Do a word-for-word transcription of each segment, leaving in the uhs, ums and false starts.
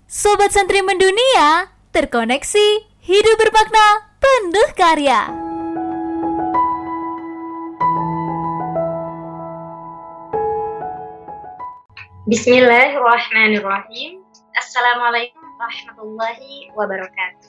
Sobat Santri Mendunia, terkoneksi, hidup bermakna, penuh karya. Bismillahirrahmanirrahim. Assalamualaikum warahmatullahi wabarakatuh.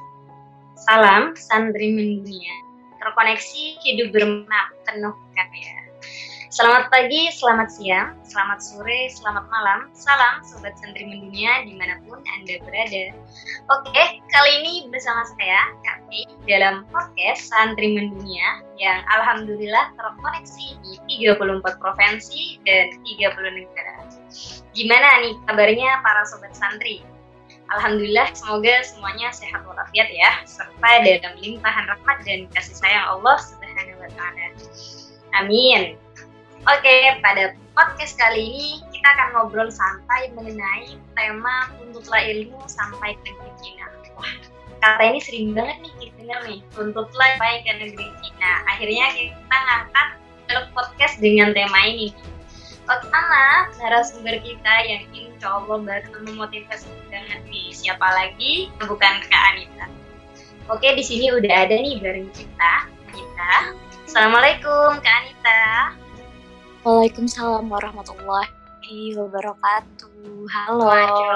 Salam Santri Mendunia, terkoneksi, hidup bermakna, penuh karya. Selamat pagi, selamat siang, selamat sore, selamat malam. Salam Sobat Santri Mendunia dimanapun Anda berada. Oke, kali ini bersama saya, Kak T, dalam podcast Santri Mendunia yang alhamdulillah terkoneksi di tiga puluh empat provinsi dan tiga puluh negara. Gimana nih kabarnya para Sobat Santri? Alhamdulillah, semoga semuanya sehat walafiat ya, serta dalam limpahan rahmat dan kasih sayang Allah Subhanahu wa Ta'ala. Amin. Oke, pada podcast kali ini kita akan ngobrol santai mengenai tema tuntutlah ilmu sampai ke negeri Cina. Wah, kata ini sering banget nih kita dengar nih, tuntutlah sampai ke negeri Cina. Akhirnya kita ngangkat podcast dengan tema ini. Pertama, narasumber kita yang insya Allah bakal memotivasi banget nih. Siapa lagi? Bukan Kak Anita. Oke, di sini udah ada nih bareng kita. Kita. Assalamualaikum Kak Anita. Waalaikumsalam warahmatullahi wabarakatuh. Halo.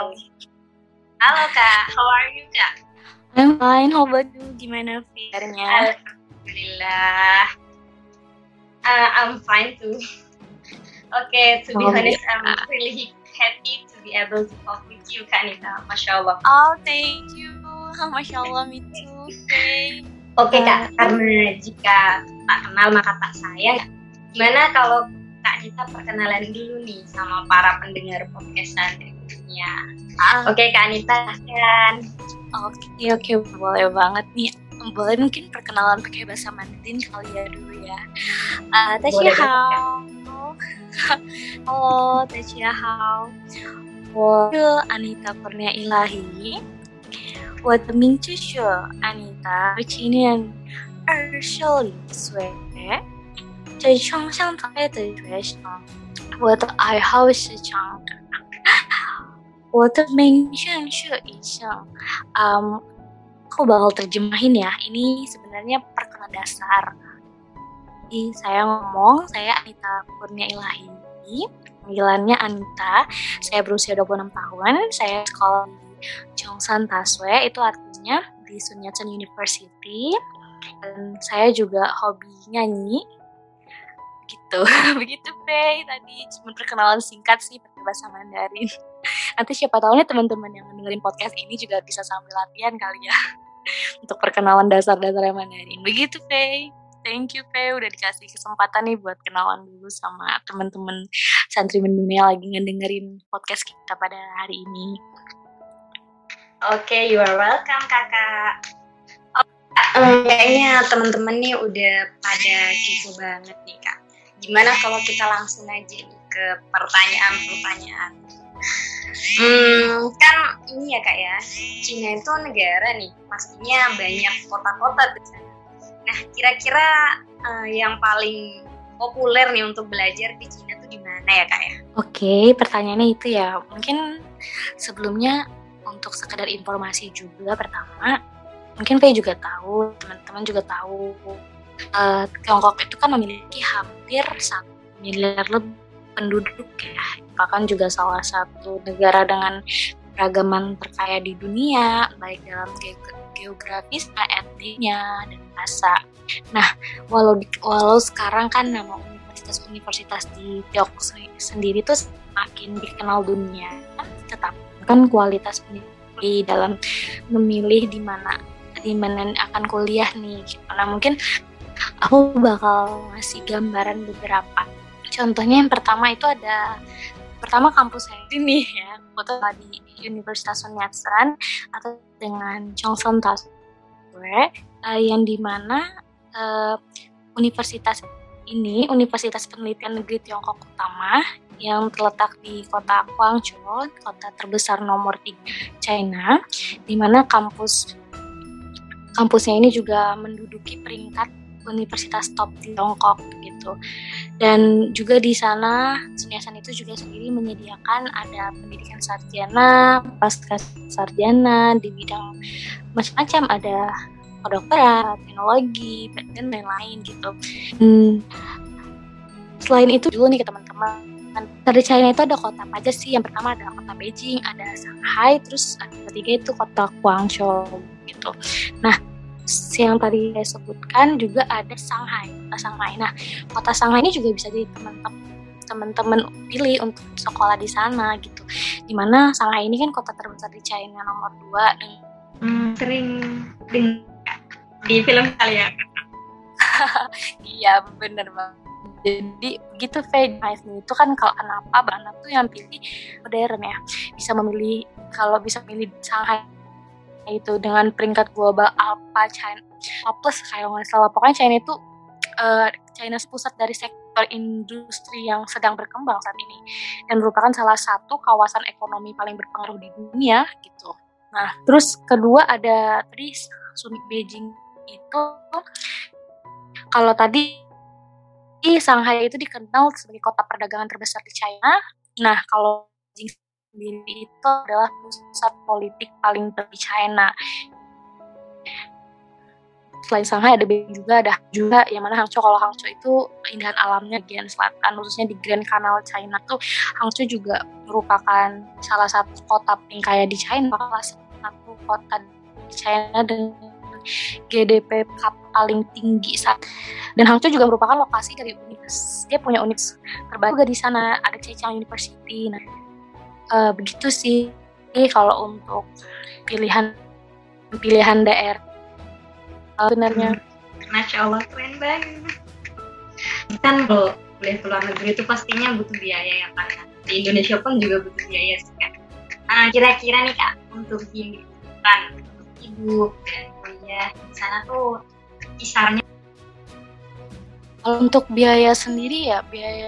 Halo Kak, how are you Kak? I'm fine, how about you? Gimana kabarnya? Alhamdulillah. Uh, I'm fine too. Okay, to be oh, honest, yeah. I'm really happy to be able to talk with you Kak Nita. Masya Allah. Oh, thank you. Masya Allah, me too. Okay. Oke okay, Kak, karena jika tak kenal maka tak sayang. Gimana kalau Kak Nita perkenalan dulu nih sama para pendengar podcast Santri Mendunia. Ah. Oke Kak Nita, kan? Oke oke boleh banget nih. Boleh mungkin perkenalan pakai bahasa Mandarin kali ya dulu ya. Uh, 大家好 Halo, 大家好 我是 Anita Kurnia Ilahi 我的名字是 Anita 今年二十零岁在冲上台的学生，我的爱好是唱歌，我的名声是医生。Um, aku bakal terjemahin ya. Ini sebenarnya perkenalan dasar. Jadi saya ngomong, saya Anita Kurnia Ilahi. Panggilannya Anita. Saya berusia dua puluh enam tahun. Saya sekolah di Chongsan Taswe, itu artinya di Sun Yat-sen University. Dan saya juga hobi nyanyi. Gitu, begitu Pei. Tadi cuma perkenalan singkat sih pakai bahasa Mandarin. Nanti siapa tahu nih teman-teman yang dengerin podcast ini juga bisa sambil latihan kali ya untuk perkenalan dasar-dasar Mandarin. Begitu Pei. Thank you Pei udah dikasih kesempatan nih buat kenalan dulu sama teman-teman Santri Mendunia lagi ngedengerin podcast kita pada hari ini. Oke, okay, you are welcome Kakak. Oh, kayaknya teman-teman nih udah pada kepo banget nih Kak. Gimana kalau kita langsung aja nih ke pertanyaan-pertanyaan. Hmm, kan ini ya Kak ya, Cina itu negara nih, pastinya banyak kota-kota di sana. Nah, kira-kira uh, yang paling populer nih untuk belajar di Cina tuh di mana ya Kak ya? Oke, pertanyaannya itu ya. Mungkin sebelumnya untuk sekedar informasi juga pertama, mungkin Pei juga tahu, teman-teman juga tahu. Uh, Tiongkok itu kan memiliki hampir satu miliar lebih penduduk ya, bahkan juga salah satu negara dengan keragaman terkaya di dunia, baik dalam ge- geografis, etnisnya, dan bahasa. Nah, walau di, walau sekarang kan nama universitas-universitas di Tiongkok sendiri tuh semakin dikenal dunia, tetap kan kualitas pendidikan dalam memilih di mana di mana akan kuliah nih. Nah, mungkin aku bakal ngasih gambaran beberapa. Contohnya yang pertama itu ada, pertama kampus saya ini ya, foto di Universitas Sun Yat-sen atau dengan Chongsan Taswe, uh, yang dimana uh, universitas ini, Universitas Penelitian Negeri Tiongkok Utama, yang terletak di kota Guangzhou, kota terbesar nomor tiga China, di mana kampus kampusnya ini juga menduduki peringkat universitas top di Tiongkok gitu. Dan juga di sana Sun itu juga sendiri menyediakan ada pendidikan sarjana, pasca sarjana di bidang macam-macam, ada kedokteran, teknologi, dan lain-lain gitu. Hmm, selain itu dulu nih ke teman-teman, dari China itu ada kota apa aja sih? Yang pertama ada kota Beijing, ada Shanghai, terus yang ketiga itu kota Guangzhou gitu. Nah, yang tadi saya sebutkan juga ada Shanghai, kota Shanghai. Nah, kota Shanghai ini juga bisa jadi teman-teman teman-teman pilih untuk sekolah di sana gitu. Dimana Shanghai ini kan kota terbesar di China nomor dua. Hmm, sering dengar di film kali ya. Iya, bener banget. Jadi begitu Faye itu kan kalau kenapa anak tuh yang pilih modern ya, bisa memilih, kalau bisa pilih Shanghai itu dengan peringkat global Alpha China A plus kalau nggak salah. Pokoknya China itu uh, China pusat dari sektor industri yang sedang berkembang saat ini dan merupakan salah satu kawasan ekonomi paling berpengaruh di dunia gitu. Nah, terus kedua ada tadi Beijing itu, kalau tadi Shanghai itu dikenal sebagai kota perdagangan terbesar di China. Nah, kalau Beijing sendiri itu adalah pusat politik paling tinggi China. Selain Shanghai ada Beijing juga, ada juga yang mana Hangzhou. Kalau Hangzhou itu keindahan alamnya di bagian selatan, khususnya di Grand Canal China tuh. Hangzhou juga merupakan salah satu kota paling kaya di China, salah satu kota di China dengan G D P paling tinggi saat. Dan Hangzhou juga merupakan lokasi dari universitas. Dia punya universitas terbaik juga di sana, ada Zhejiang University. Nah, uh, begitu sih kalau untuk pilihan pilihan daerah. Uh, Benarnya. Masya Allah, keren banget. Kan kalau kuliah ke luar negeri itu pastinya butuh biaya ya kan. Di Indonesia pun juga butuh biaya sih kan. Nah, kira-kira nih Kak, untuk hidupan, untuk hidup dan kuliah di sana tuh kisarnya. Kalau untuk biaya sendiri ya, biaya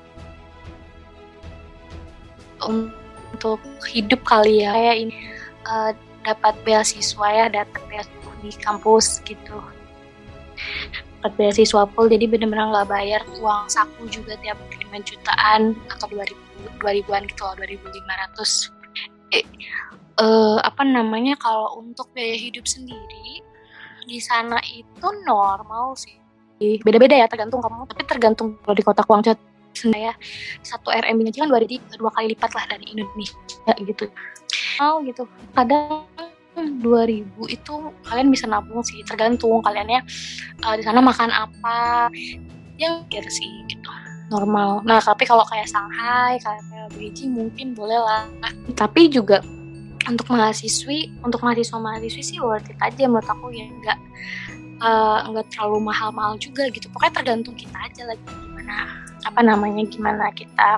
untuk hidup kali ya, kayak ini uh, dapat beasiswa ya, dapat beasiswa di kampus gitu, dapat beasiswa full, jadi benar-benar nggak bayar uang saku juga tiap lima jutaan atau dua ribu dua ribuan gitu loh, dua ribu lima ratus. Eh, uh, apa namanya kalau untuk biaya hidup sendiri di sana itu normal sih. Beda-beda ya, tergantung kamu, tapi tergantung kalau di kota Guangzhou sebenarnya satu R M B-nya kan dua, dua kali lipat lah dari Indonesia gitu. Oh gitu. Kadang dua ribu itu kalian bisa nabung sih, tergantung kaliannya uh, di sana makan apa. Yang kira sih gitu. Normal. Nah, tapi kalau kayak Shanghai, kayak Beijing mungkin boleh lah. Tapi juga untuk mahasiswi, untuk mahasiswa-mahasiswi sih worth it aja menurut aku ya, enggak nggak uh, terlalu mahal-mahal juga gitu. Pokoknya tergantung kita aja lagi gimana apa namanya gimana kita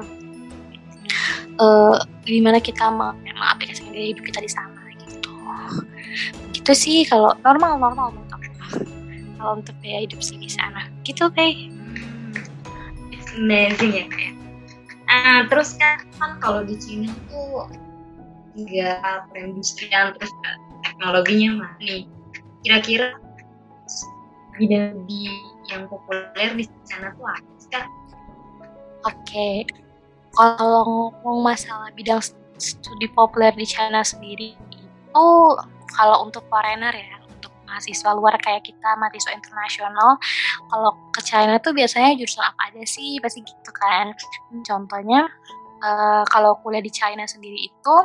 uh, gimana kita mengaplikasikan gaya hidup kita di sana gitu. Gitu sih kalau normal normal menurut aku. Kalau untuk gaya hidup sih di sana gitu kayak. It's amazing ya kayak. Uh, terus kan, kan kalau di Cina tuh tiga perindustrian terus teknologinya mah nih. Kira-kira bidang di yang populer di sana tuh apa sih Kak? Oke, kalau ngomong masalah bidang studi populer di China sendiri itu kalau untuk foreigner ya, untuk mahasiswa luar kayak kita, mahasiswa internasional, kalau ke China tuh biasanya jurusan apa aja sih? Pasti gitu kan. Contohnya uh, kalau kuliah di China sendiri itu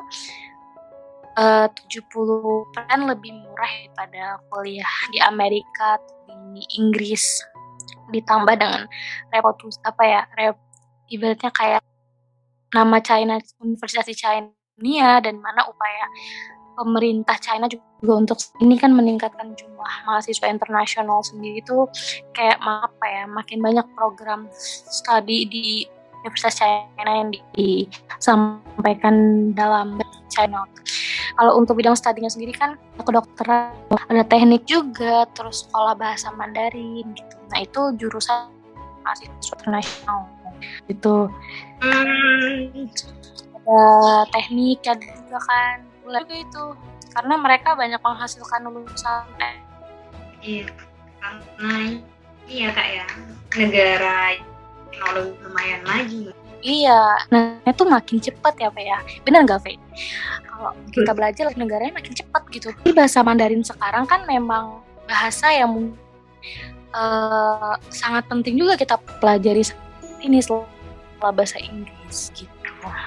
Uh, tujuh puluh persen lebih murah daripada kuliah di Amerika atau di Inggris, ditambah dengan reputus apa ya rep, ibaratnya kayak nama China, Universitas di China dan mana upaya pemerintah China juga untuk ini kan meningkatkan jumlah mahasiswa internasional sendiri itu kayak apa ya, makin banyak program studi di Universitas China yang disampaikan dalam China. Kalau untuk bidang studinya sendiri kan kedokteran, ada teknik juga, terus sekolah bahasa Mandarin gitu. Nah itu jurusan mahasiswa internasional gitu. Hmm. Ada teknik ada juga kan, mulai itu karena mereka banyak menghasilkan lulusan. Iya, karena Iya kak ya, negara teknologi lumayan maju. Iya, nah itu makin cepat ya Pak ya. Benar nggak Pak? Kalau kita belajar negaranya makin cepat gitu. Jadi bahasa Mandarin sekarang kan memang bahasa yang uh, sangat penting juga kita pelajari ini setelah bahasa Inggris gitu.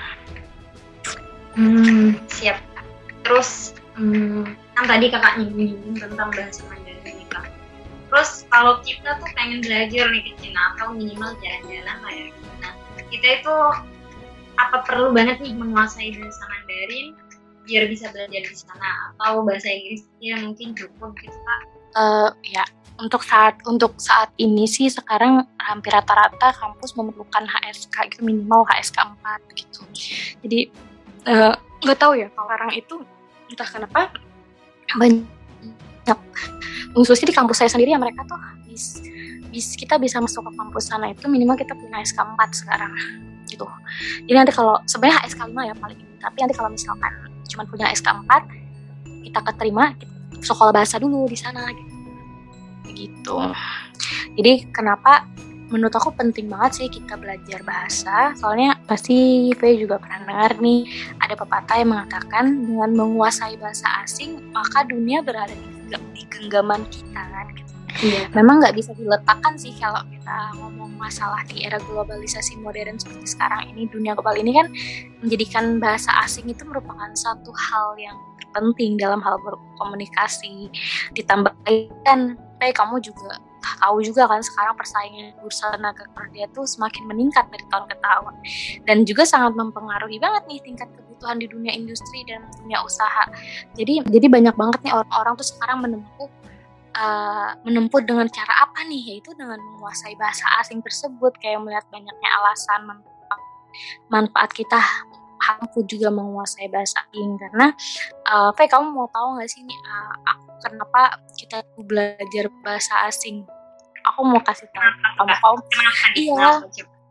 Hmm, siap. Terus hmm, kan tadi kakak nyinggung tentang bahasa Mandarin nih kak. Terus kalau kita tuh pengen belajar nih ke Cina atau minimal jalan-jalan lah ya. Nah, kita itu apa perlu banget nih menguasai bahasa Mandarin biar bisa belajar di sana, atau bahasa Inggrisnya mungkin cukup gitu kak? Uh, ya untuk saat untuk saat ini sih sekarang hampir rata-rata kampus memerlukan H S K gitu, minimal H S K empat gitu. Jadi nggak uh, tahu ya kalau sekarang itu entah kenapa banyak, khususnya di kampus saya sendiri ya, mereka tuh bis, bis kita bisa masuk ke kampus sana itu minimal kita punya H S K empat sekarang gitu. Jadi nanti kalau sebenarnya H S K lima ya paling ini, tapi nanti kalau misalkan cuma punya H S K empat kita keterima kita sekolah bahasa dulu di sana gitu. gitu. Jadi kenapa menurut aku penting banget sih kita belajar bahasa, soalnya pasti V juga pernah dengar nih ada pepatah yang mengatakan dengan menguasai bahasa asing maka dunia berada di, di genggaman kita kan gitu. Iya. Memang nggak bisa diletakkan sih kalau kita ngomong masalah di era globalisasi modern seperti sekarang ini, dunia global ini kan menjadikan bahasa asing itu merupakan satu hal yang penting dalam hal berkomunikasi. Ditambahkan, kayak kamu juga tahu juga kan sekarang persaingan bursa tenaga kerja tuh semakin meningkat dari tahun ke tahun, dan juga sangat mempengaruhi banget nih tingkat kebutuhan di dunia industri dan dunia usaha. Jadi jadi banyak banget nih orang-orang tuh sekarang menempuh uh, menempuh dengan cara apa nih, yaitu dengan menguasai bahasa asing tersebut. Kayak melihat banyaknya alasan manfaat, manfaat kita mampu juga menguasai bahasa asing. Karena uh, Fe, kamu mau tahu nggak sih nih uh, aku kenapa kita belajar bahasa asing? Aku mau kasih tahu kamu kamu iya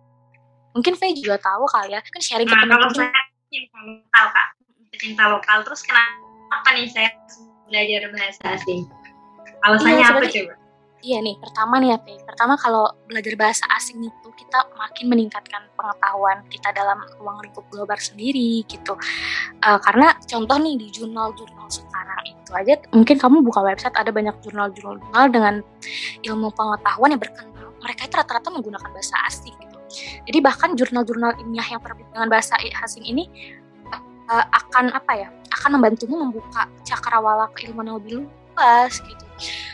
mungkin Fe juga tahu kali ya, kan sharing ke teman-teman. Kalau saya pecinta lokal kak, pecinta lokal, terus kenapa nih saya belajar bahasa asing? Alasannya iya, apa coba? Iya nih, pertama nih ya Fe, pertama kalau belajar bahasa asing itu kita makin meningkatkan pengetahuan kita dalam ruang lingkup global sendiri gitu. Uh, karena contoh nih di jurnal-jurnal sekarang itu aja, mungkin kamu buka website ada banyak jurnal-jurnal dengan ilmu pengetahuan yang berkembang, mereka itu rata-rata menggunakan bahasa asing gitu. Jadi bahkan jurnal-jurnal ilmiah yang terbit dengan bahasa asing ini uh, akan apa ya, akan membantumu membuka cakrawala keilmuan yang lebih luas gitu.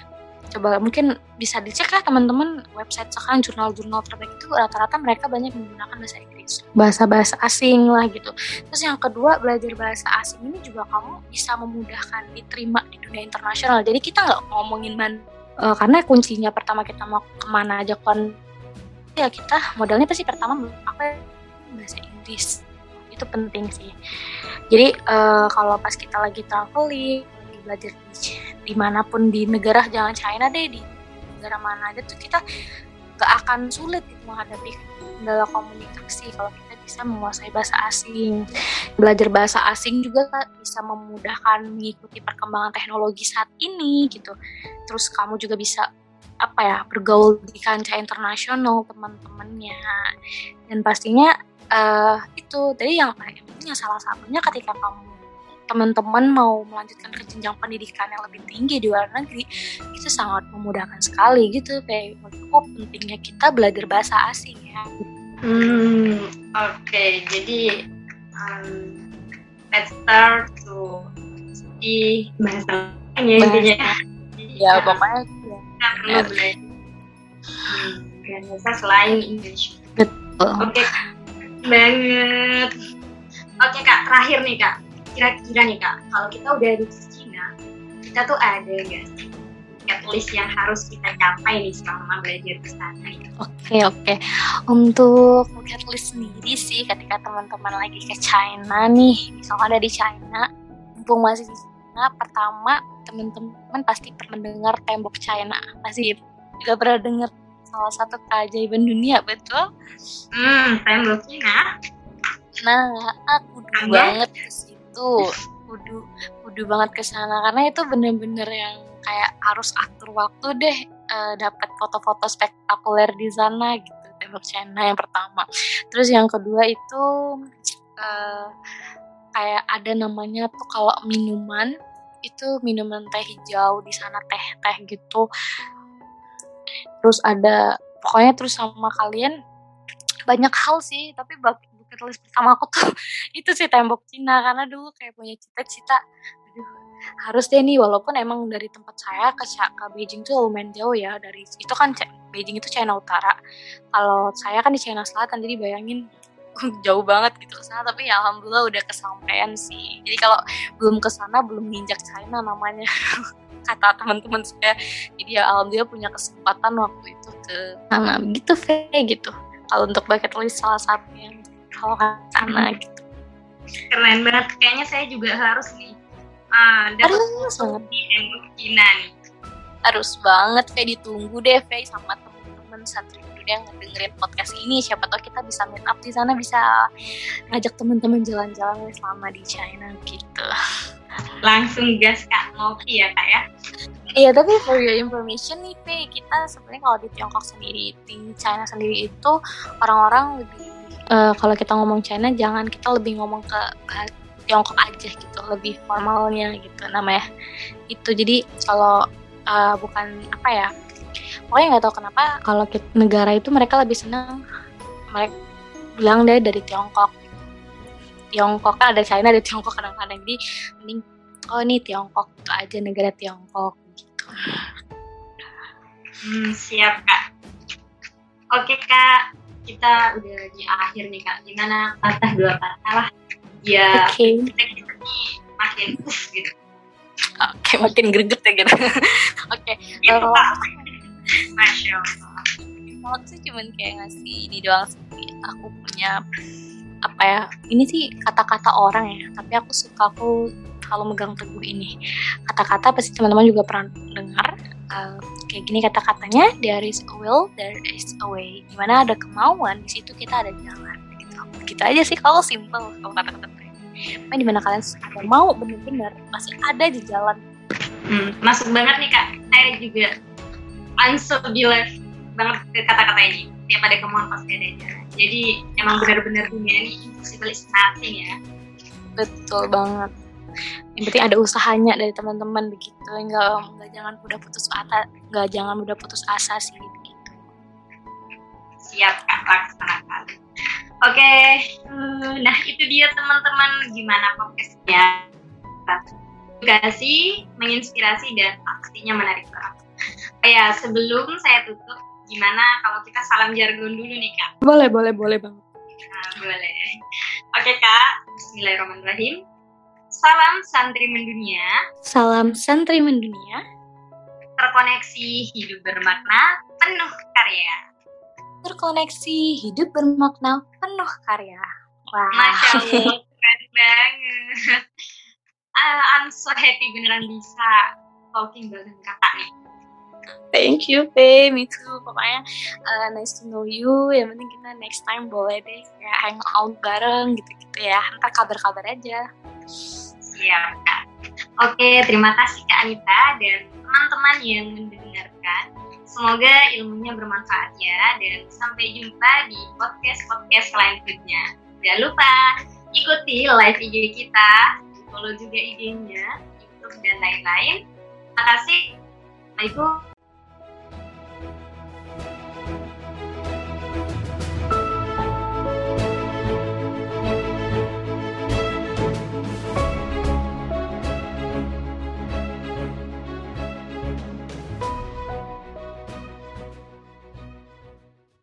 Coba mungkin bisa dicek lah teman-teman website sekarang, jurnal-jurnal terbaik itu rata-rata mereka banyak menggunakan bahasa Inggris, bahasa-bahasa asing lah gitu. Terus yang kedua, belajar bahasa asing ini juga kamu bisa memudahkan diterima di dunia internasional. Jadi kita nggak ngomongin man, uh, karena kuncinya pertama kita mau kemana aja kon, ya kita modalnya pasti pertama pakai bahasa Inggris, itu penting sih. Jadi uh, kalau pas kita lagi traveling, belajar di dimanapun di negara, jangan China deh, di negara mana aja tuh kita gak akan sulit gitu menghadapi kendala komunikasi kalau kita bisa menguasai bahasa asing. Belajar bahasa asing juga bisa memudahkan mengikuti perkembangan teknologi saat ini gitu. Terus kamu juga bisa apa ya, bergaul di kancah internasional teman-temannya, dan pastinya uh, itu tadi yang paling penting, salah satunya ketika kamu teman-teman mau melanjutkan ke jenjang pendidikan yang lebih tinggi di luar negeri, itu sangat memudahkan sekali gitu. Kayak menurutku pentingnya kita belajar bahasa asing ya. Hmm, oke. Okay. Jadi um, let's start to study bahasa ya intinya. Ya pokoknya kita perlu belajar hmm, bahasa selain English. Betul. Oke, okay. banget. Oke okay, kak, terakhir nih kak. Kira-kira nih kak, kalau kita udah di Cina, kita tuh ada nggak sih bucket list yang harus kita capai nih selama belajar ke sana? Oke oke, untuk bucket list sendiri sih, ketika teman-teman lagi ke China nih, misalnya ada di China, mumpung masih di China, pertama teman-teman pasti pernah dengar tembok China, pasti juga pernah dengar salah satu keajaiban dunia, betul? Hmm, tembok China. Nah, aku dulu banget ke tuh kudu kudu banget ke sana, karena itu bener-bener yang kayak harus atur waktu deh uh, dapat foto-foto spektakuler di sana gitu, tembok China yang pertama. Terus yang kedua itu uh, kayak ada namanya tuh kalau minuman itu minuman teh hijau di sana, teh-teh gitu. Terus ada pokoknya terus sama kalian banyak hal sih, tapi bucket list pertama aku tuh itu sih tembok Cina, karena dulu kayak punya cita-cita aduh harus deh nih, walaupun emang dari tempat saya ke, ke Beijing tuh lumayan jauh ya, dari itu kan Beijing itu China Utara, kalau saya kan di China Selatan, jadi bayangin jauh banget gitu ke sana, tapi ya alhamdulillah udah kesampaian sih. Jadi kalau belum ke sana belum nginjak China namanya kata teman-teman saya. Jadi ya alhamdulillah punya kesempatan waktu itu ke sana begitu kayak gitu. Kalau untuk bucket list salah satunya kalau ke sana gitu. Keren banget, kayaknya saya juga harus nih uh, dapat foto di tembok Cina nih. Harus banget, Faye, ditunggu deh Faye sama teman-teman Santri yang ngedengerin podcast ini, siapa tahu kita bisa meet up di sana, bisa ngajak teman-teman jalan-jalan selama di China gitu. Langsung gas Kak, ngopi ya Kak ya. Iya, tapi for your information nih Faye, kita sebenarnya kalau di Tiongkok sendiri, di China sendiri itu orang-orang lebih uh, kalau kita ngomong China jangan kita lebih ngomong ke uh, Tiongkok aja gitu, lebih formalnya gitu namanya itu. Jadi kalau uh, bukan apa ya, pokoknya nggak tahu kenapa kalau negara itu mereka lebih senang mereka bilang deh dari Tiongkok. Tiongkok kan ada China, ada Tiongkok kadang-kadang, jadi mending oh ini Tiongkok itu aja, negara Tiongkok gitu. Hmm, siap Kak. Oke Kak, kita udah di akhir nih Kak. Gimana patah dua patah lah. Ya okay. Kita kita nih makin uff gitu. Oke, okay, makin greget ya gitu. Oke. Okay. Gitu uh, Kak. Masya Allah. Mau sih cuman kayak ngasih ini doang sih. Aku punya apa ya? Ini sih kata-kata orang ya. Tapi aku suka aku kalau megang teguh ini. Kata-kata pasti teman-teman juga pernah dengar. Uh, kayak gini kata-katanya, there is a will, there is a way. Dimana ada kemauan, di situ kita ada jalan. Gitu. Gitu aja sih kalau simple kalau kata-kata saya. Tapi dimana kalian ada mau bener-bener masih ada di jalan. Hmm, masuk banget nih Kak. Saya juga I'm so believe banget ke kata-kata ini. Tiap ada kemauan pasti ada jalan. Jadi emang benar-benar dunia ini impossible is nothing ya. Betul banget. Yang penting ada usahanya dari teman-teman begitu. Enggak enggak jangan mudah putus asa, enggak jangan mudah putus asa sih begitu. Siap Kak, laksanakan. Oke, nah itu dia teman-teman, gimana podcastnya? Edukasi, menginspirasi dan pastinya menarik banget. Oh ya, sebelum saya tutup, gimana kalau kita salam jargon dulu nih Kak? Boleh, boleh, boleh banget. Nah, boleh. Oke Kak, Bismillahirrahmanirrahim. Salam santri mendunia. Salam santri mendunia. Terkoneksi hidup bermakna, penuh karya. Terkoneksi hidup bermakna, penuh karya. Wah. Masya Allah, keren banget. Uh, I'm so happy beneran bisa talking bareng kakak nih. Thank you, Faye. Me too. Pokoknya uh, nice to know you. Yang penting kita next time boleh deh ya hang out bareng gitu-gitu ya. Ntar kabar-kabar aja. Siap, Kak. Oke, terima kasih Kak Anita dan teman-teman yang mendengarkan. Semoga ilmunya bermanfaat ya, dan sampai jumpa di podcast-podcast selanjutnya. Jangan lupa ikuti live I G kita, follow juga I G-nya, YouTube dan lain-lain. Terima kasih. Assalamualaikum